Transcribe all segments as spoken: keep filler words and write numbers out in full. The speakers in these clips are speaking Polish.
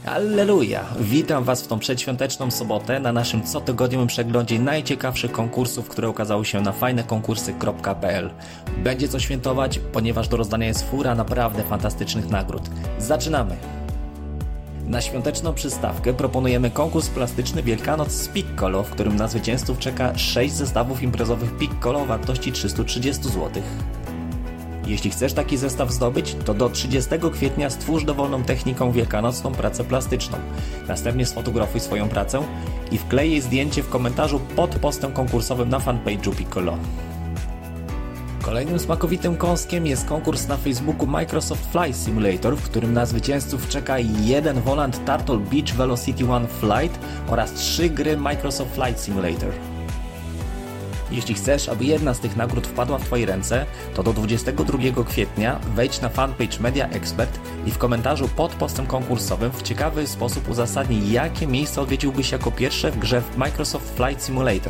Alleluja! Witam Was w tą przedświąteczną sobotę na naszym cotygodniowym przeglądzie najciekawszych konkursów, które ukazały się na fajne konkursy kropka p l. Będzie co świętować, ponieważ do rozdania jest fura naprawdę fantastycznych nagród. Zaczynamy! Na świąteczną przystawkę proponujemy konkurs plastyczny Wielkanoc z Piccolo, w którym na zwycięzców czeka sześć zestawów imprezowych Piccolo o wartości trzysta trzydzieści złotych. Jeśli chcesz taki zestaw zdobyć, to do trzydziestego kwietnia stwórz dowolną techniką wielkanocną pracę plastyczną. Następnie sfotografuj swoją pracę i wklej jej zdjęcie w komentarzu pod postem konkursowym na fanpage'u Piccolo. Kolejnym smakowitym kąskiem jest konkurs na Facebooku Microsoft Flight Simulator, w którym na zwycięzców czeka jeden Volant Turtle Beach Velocity One Flight oraz trzy gry Microsoft Flight Simulator. Jeśli chcesz, aby jedna z tych nagród wpadła w Twoje ręce, to do dwudziestego drugiego kwietnia wejdź na fanpage Media Expert i w komentarzu pod postem konkursowym w ciekawy sposób uzasadnij, jakie miejsce odwiedziłbyś jako pierwsze w grze w Microsoft Flight Simulator.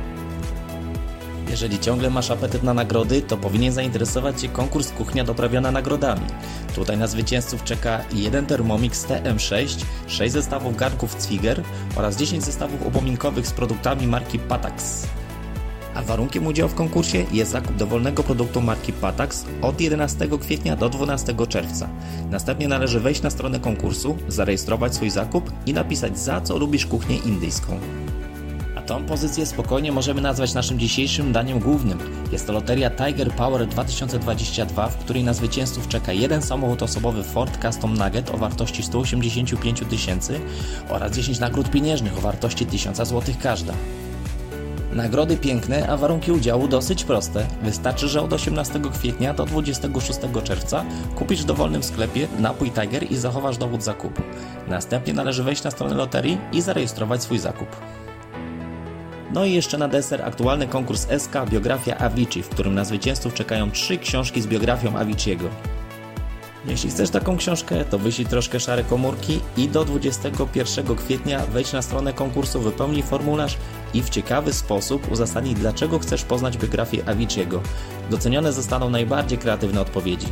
Jeżeli ciągle masz apetyt na nagrody, to powinien zainteresować Cię konkurs Kuchnia doprawiona nagrodami. Tutaj na zwycięzców czeka jeden Thermomix T M sześć, sześć zestawów garnków Cwiger oraz dziesięć zestawów upominkowych z produktami marki Patax. A warunkiem udziału w konkursie jest zakup dowolnego produktu marki Patax od jedenastego kwietnia do dwunastego czerwca. Następnie należy wejść na stronę konkursu, zarejestrować swój zakup i napisać, za co lubisz kuchnię indyjską. A tą pozycję spokojnie możemy nazwać naszym dzisiejszym daniem głównym. Jest to loteria Tiger Power dwa tysiące dwadzieścia dwa, w której na zwycięzców czeka jeden samochód osobowy Ford Custom Nugget o wartości sto osiemdziesiąt pięć tysięcy oraz dziesięć nagród pieniężnych o wartości tysiąc złotych każda. Nagrody piękne, a warunki udziału dosyć proste. Wystarczy, że od osiemnastego kwietnia do dwudziestego szóstego czerwca kupisz w dowolnym sklepie napój Tiger i zachowasz dowód zakupu. Następnie należy wejść na stronę loterii i zarejestrować swój zakup. No i jeszcze na deser aktualny konkurs S K Biografia Avicii, w którym na zwycięzców czekają trzy książki z biografią Aviciiego. Jeśli chcesz taką książkę, to wyślij troszkę szare komórki i do dwudziestego pierwszego kwietnia wejdź na stronę konkursu, wypełnij formularz i w ciekawy sposób uzasadnij, dlaczego chcesz poznać biografię Aviciiego. Docenione zostaną najbardziej kreatywne odpowiedzi.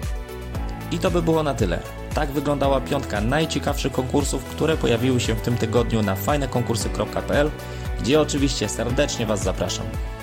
I to by było na tyle. Tak wyglądała piątka najciekawszych konkursów, które pojawiły się w tym tygodniu na fajne konkursy kropka p l, gdzie oczywiście serdecznie Was zapraszam.